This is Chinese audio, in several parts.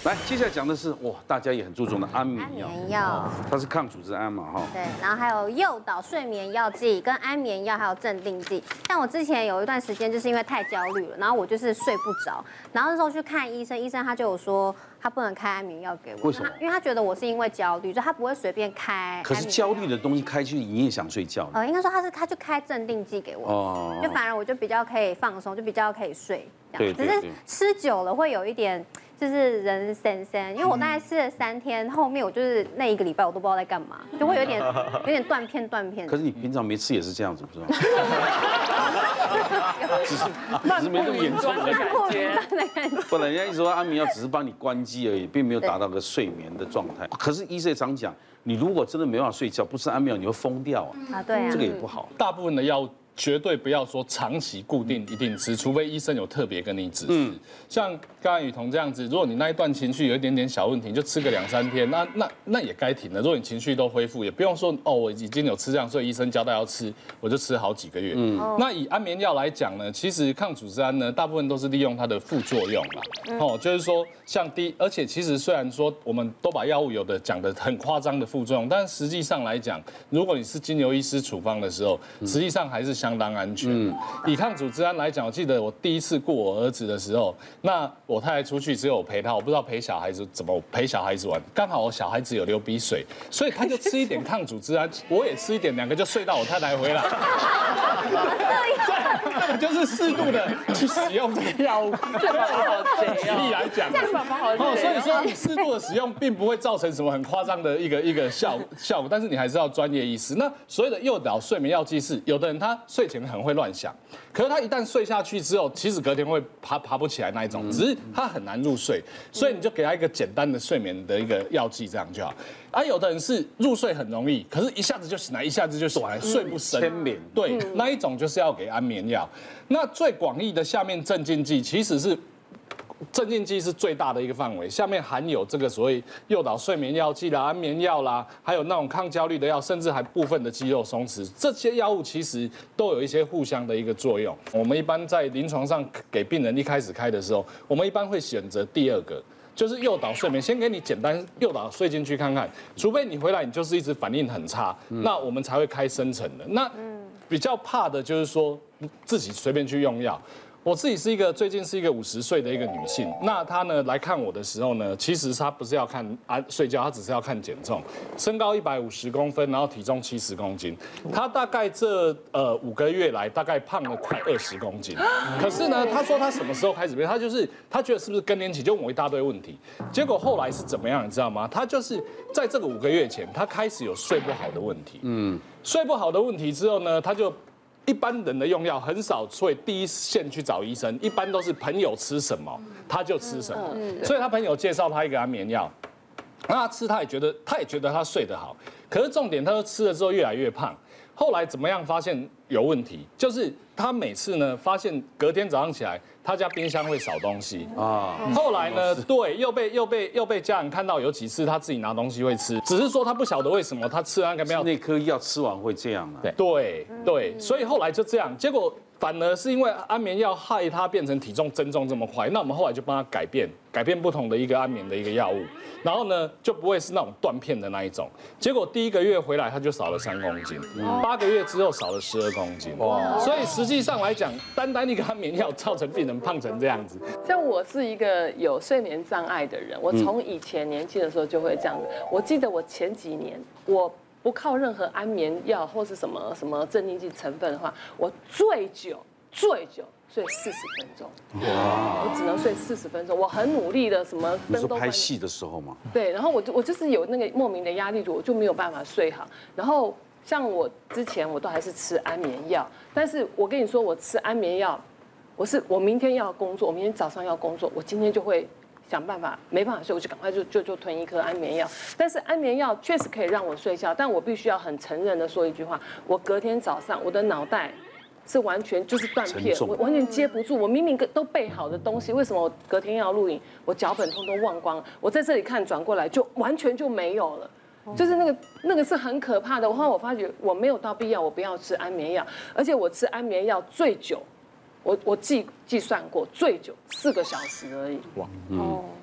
来，接下来讲的是哇，大家也很注重的安眠药。 安眠药， 它是抗组织胺嘛，哈。 对，然后还有诱导睡眠药剂、跟安眠药，还有镇定剂。像我之前有一段时间就是因为太焦虑了，然后我就是睡不着，然后那时候去看医生，医生他就有说他不能开安眠药给我。 为什么？ 因为他觉得我是因为焦虑，所以他不会随便开。 可是焦虑的东西开去，你也想睡觉。 应该说他就开镇定剂给我，哦，就反而我就比较可以放松，就比较可以睡。 对， 只是吃久了会有一点。就是人生生，因为我大概吃了3天，后面我就是那1个礼拜我都不知道在干嘛，就会有点断片。 可是你平常没吃也是这样子，不是吗？只是没那么严重的感觉。不然人家一说安眠药只是帮你关机而已，并没有达到个睡眠的状态。可是医生也常讲，你如果真的没办法睡觉，不吃安眠药你会疯掉啊。 对啊， 这个也不好。 大部分的药物绝对不要说长期固定一定吃，除非医生有特别跟你指示。像刚才雨桐这样子，如果你那一段情绪有一点点小问题，就吃个2、3天，那也该停了。如果你情绪都恢复，也不用说哦，我已经有吃这样，所以医生交代要吃，我就吃好几个月。那以安眠药来讲呢，其实抗组织胺呢，大部分都是利用它的副作用啦。就是说像而且其实虽然说我们都把药物有的讲的很夸张的副作用，但实际上来讲，如果你是经由医师处方的时候，实际上还是相当安全。以抗组织胺来讲，我记得我第一次顾我儿子的时候，那我太太出去只有我陪他，我不知道陪小孩子怎么陪小孩子玩。刚好我小孩子有流鼻水，所以他就吃一点抗组织胺，我也吃一点，2个就睡到我太太回来。这个就是适度的去使用这个药物。 这爸爸好贼举例来讲， 这爸爸好贼。 所以说你适度的使用，并不会造成什么很夸张的一个效果，但是你还是要专业医师。那所谓的诱导睡眠药剂是，有的人他睡前很会乱想，可是他一旦睡下去之后，其实隔天会爬不起来那一种，只是他很难入睡，所以你就给他一个简单的睡眠的一个药剂，这样就好。有的人是入睡很容易，可是一下子就醒来，一下子就醒来，睡不深。 牵绵。 对，那一种就是要给安眠药。那最广义的下面镇静剂，其实是镇静剂是最大的一个范围，下面含有这个所谓诱导睡眠药剂啦、安眠药啦，还有那种抗焦虑的药，甚至还部分的肌肉松弛，这些药物其实都有一些互相的一个作用。我们一般在临床上给病人一开始开的时候，我们一般会选择第2个。就是诱导睡眠，先给你简单诱导睡进去看看，除非你回来你就是一直反应很差，那我们才会开深层的。那比较怕的就是说自己随便去用药。我自己最近是一个50岁的一个女性，那她呢来看我的时候呢，其实她不是要看睡觉，她只是要看减重，身高150公分，然后体重70公斤，她大概这5个月来大概胖了快20公斤，可是呢，她说她什么时候开始变？她觉得是不是更年期就某一大堆问题，结果后来是怎么样，你知道吗？她就是在这个5个月前，她开始有睡不好的问题，睡不好的问题之后呢，她就。一般人的用药很少会第一线去找医生，一般都是朋友吃什么他就吃什么，所以他朋友介绍他一个安眠药，那他吃他也觉得他睡得好，可是重点他吃了之后越来越胖，后来怎么样发现有问题，就是他每次呢发现隔天早上起来他家冰箱会少东西啊，后来呢对又被家人看到有几次他自己拿东西会吃，只是说他不晓得为什么他吃那个药那颗药吃完会这样啊， 对，所以后来就这样，结果反而是因为安眠药害他变成体重增重这么快，那我们后来就帮他改变不同的一个安眠的一个药物，然后呢就不会是那种断片的那一种，结果第1个月回来他就少了3公斤，8个月之后少了12公斤，所以实际上来讲，单一个安眠药造成病人胖成这样子。 像我是一个有睡眠障碍的人，我从以前年轻的时候就会这样子。我记得我前几年我不靠任何安眠药或是什么镇定剂成分的话，我最久睡40分钟，我只能睡40分钟。我很努力的，什么你说拍戏的时候吗？ 对，然后我就是有那个莫名的压力，我就没有办法睡好。然后像我之前我都还是吃安眠药，但是我跟你说，我吃安眠药，我明天要工作，我明天早上要工作，我今天就会想办法，没办法睡，我就赶快就吞1颗安眠药。但是安眠药确实可以让我睡觉，但我必须要很承认的说一句话，我隔天早上我的脑袋是完全就是断片，我完全接不住。我明明都备好的东西，为什么我隔天要录影，我脚本通通忘光了？我在这里看转过来就完全就没有了。就是那个是很可怕的。后来我发觉我没有到必要，我不要吃安眠药，而且我吃安眠药最久。我计算过最久4个小时而已。哇，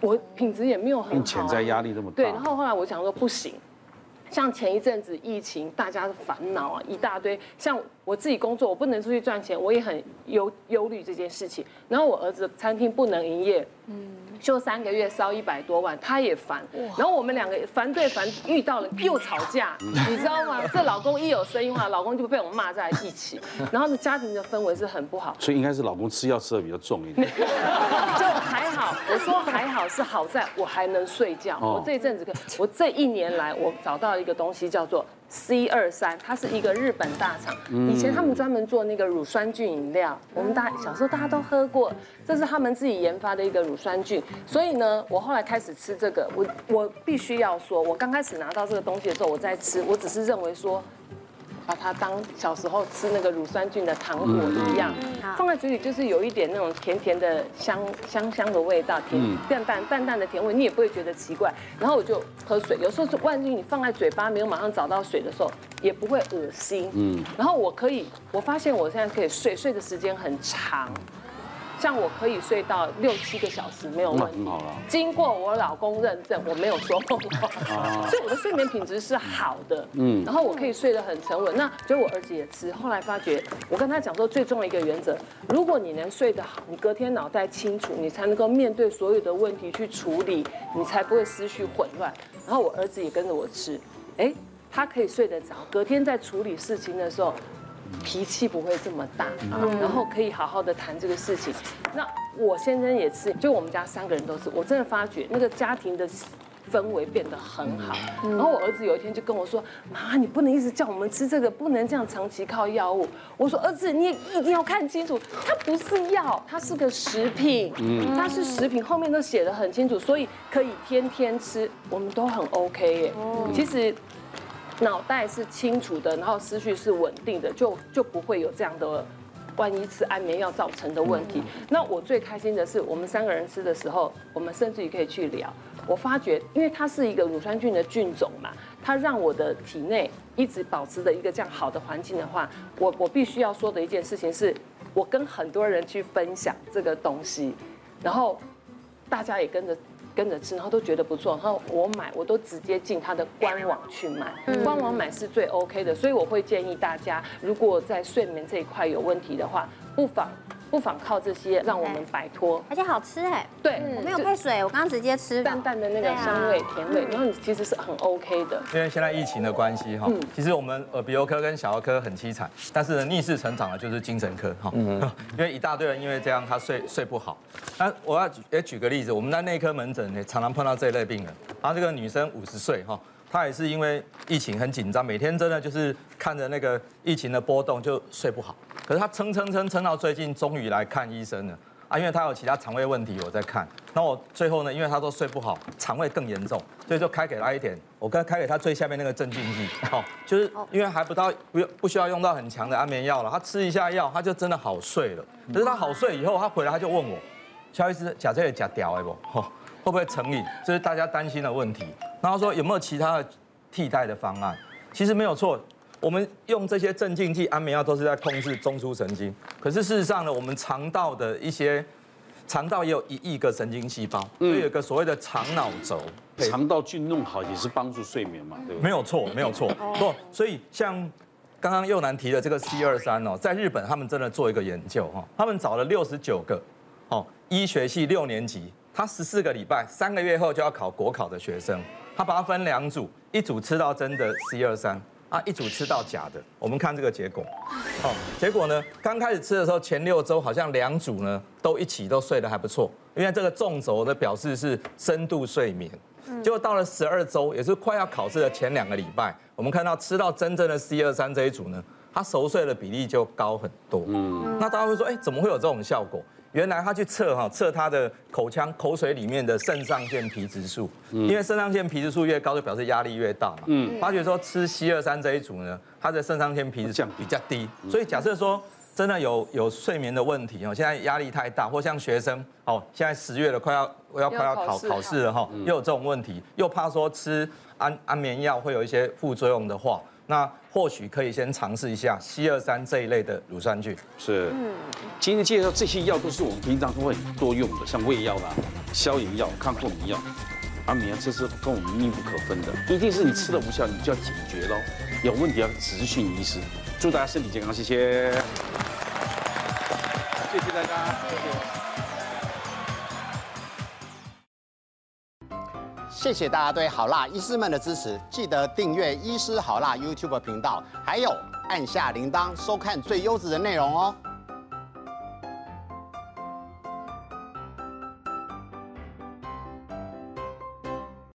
我品质也没有很好， 潜在压力那么大。 对，然后后来我想说不行。像前一阵子疫情，大家的烦恼啊一大堆。像我自己工作，我不能出去赚钱，我也很忧虑这件事情。然后我儿子餐厅不能营业，休3个月烧100多万，他也烦。然后我们2个烦遇到了又吵架，你知道吗？这老公一有声音话，老公就被我骂在一起，然后家庭的氛围是很不好。 所以应该是老公吃药吃的比较重一点。 就还好，我说还好是好在我还能睡觉。我这一阵子，我这1年来，我找到一个东西叫做 C23，它是一个日本大厂。以前他们专门做那个乳酸菌饮料，我们小时候大家都喝过，这是他们自己研发的一个乳酸菌。所以呢，我后来开始吃这个，我必须要说，我刚开始拿到这个东西的时候，我在吃，我只是认为说，把它当小时候吃那个乳酸菌的糖果一样，放在嘴里就是有一点那种甜甜的香的味道，淡淡的甜味，你也不会觉得奇怪。然后我就喝水，有时候万一你放在嘴巴没有马上找到水的时候，也不会恶心。然后我发现我现在可以睡的时间很长。像我可以睡到6、7个小时没有问题，经过我老公认证，我没有说梦话，所以我的睡眠品质是好的。然后我可以睡得很沉稳。那就我儿子也吃，后来发觉，我跟他讲说，最重要的一个原则，如果你能睡得好，你隔天脑袋清楚，你才能够面对所有的问题去处理，你才不会思绪混乱。然后我儿子也跟着我吃，他可以睡得着，隔天在处理事情的时候，脾气不会这么大，然后可以好好的谈这个事情。那我先生也吃，就我们家3个人都吃，我真的发觉那个家庭的氛围变得很好。然后我儿子有一天就跟我说：“妈，你不能一直叫我们吃这个，不能这样长期靠药物。”我说：“儿子，你也一定要看清楚，它不是药，它是个食品，它是食品，后面都写得很清楚，所以可以天天吃，我们都很 OK 耶。其实。”脑袋是清楚的，然后思绪是稳定的，就不会有这样的万一吃安眠药造成的问题。那我最开心的是，我们3个人吃的时候，我们甚至于可以去聊。我发觉，因为它是一个乳酸菌的菌种嘛，它让我的体内一直保持的一个这样好的环境的话，我必须要说的一件事情是，我跟很多人去分享这个东西，然后大家也跟着吃，然后都觉得不错，然后我都直接进他的官网去买，官网买是最 OK 的，所以我会建议大家，如果在睡眠这一块有问题的话，不妨靠这些让我们摆脱， 而且好吃对， 我没有配水，我刚刚直接吃淡淡的那个香味、甜味，然后你其实是很 OK 的。 因为现在疫情的关系哈，其实我们耳鼻喉科跟小儿科很凄惨，但是呢逆势成长的就是精神科哈，因为一大堆人因为这样他睡不好。那我要举个例子，我们在内科门诊也常常碰到这一类病人，然后这个女生50岁哈。她也是因为疫情很紧张，每天真的就是看着那个疫情的波动就睡不好。可是她撑到最近，终于来看医生了啊，因为她有其他肠胃问题，我在看。那我最后呢，因为她都睡不好，肠胃更严重，所以就开给她一点，我开给她最下面那个镇静剂，就是因为还不需要用到很强的安眠药了，她吃一下药，她就真的好睡了。可是她好睡以后，她回来她就问我，肖医师，假这个假屌不？会不会成瘾？这是大家担心的问题。然后说有没有其他的替代的方案？其实没有错，我们用这些镇静剂、安眠药都是在控制中枢神经。可是事实上呢，我们肠道也有1亿个神经细胞，所以有个所谓的肠脑轴。 肠道菌弄好也是帮助睡眠嘛，对不对？ 没有错。所以像刚刚佑南提的这个 C23哦，在日本他们真的做一个研究哈，他们找了69个医学系6年级。他14个礼拜，3个月后就要考国考的学生，他把它分2组，一组吃到真的 C23啊，一组吃到假的。我们看这个结果，结果呢，刚开始吃的时候前6周好像2组呢都睡得还不错，因为这个纵轴的表示是深度睡眠。结果到了12周，也是快要考试的前2个礼拜，我们看到吃到真正的 C23这一组呢，他熟睡的比例就高很多。那大家会说，怎么会有这种效果？原来他去测他的口水里面的肾上腺皮质数，因为肾上腺皮质数越高，就表示压力越大嘛。发觉说吃C23这一组呢，他的肾上腺皮质数比较低，所以假设说真的有睡眠的问题现在压力太大，或像学生现在10月了，快要考试了又有这种问题，又怕说吃安眠药会有一些副作用的话， 那或许可以先尝试一下硒23这一类的乳酸菌。 是，今天介绍这些药都是我们平常都会多用的，像胃药啦、消炎药、抗过敏药。安眠药这是跟我们密不可分的，一定是你吃了无效，你就要解决喽。有问题要咨询医师。祝大家身体健康，谢谢。谢谢大家，谢谢。 谢谢大家对好辣医师们的支持，记得订阅医师好辣 YouTube 频道，还有按下铃铛收看最优质的内容哦。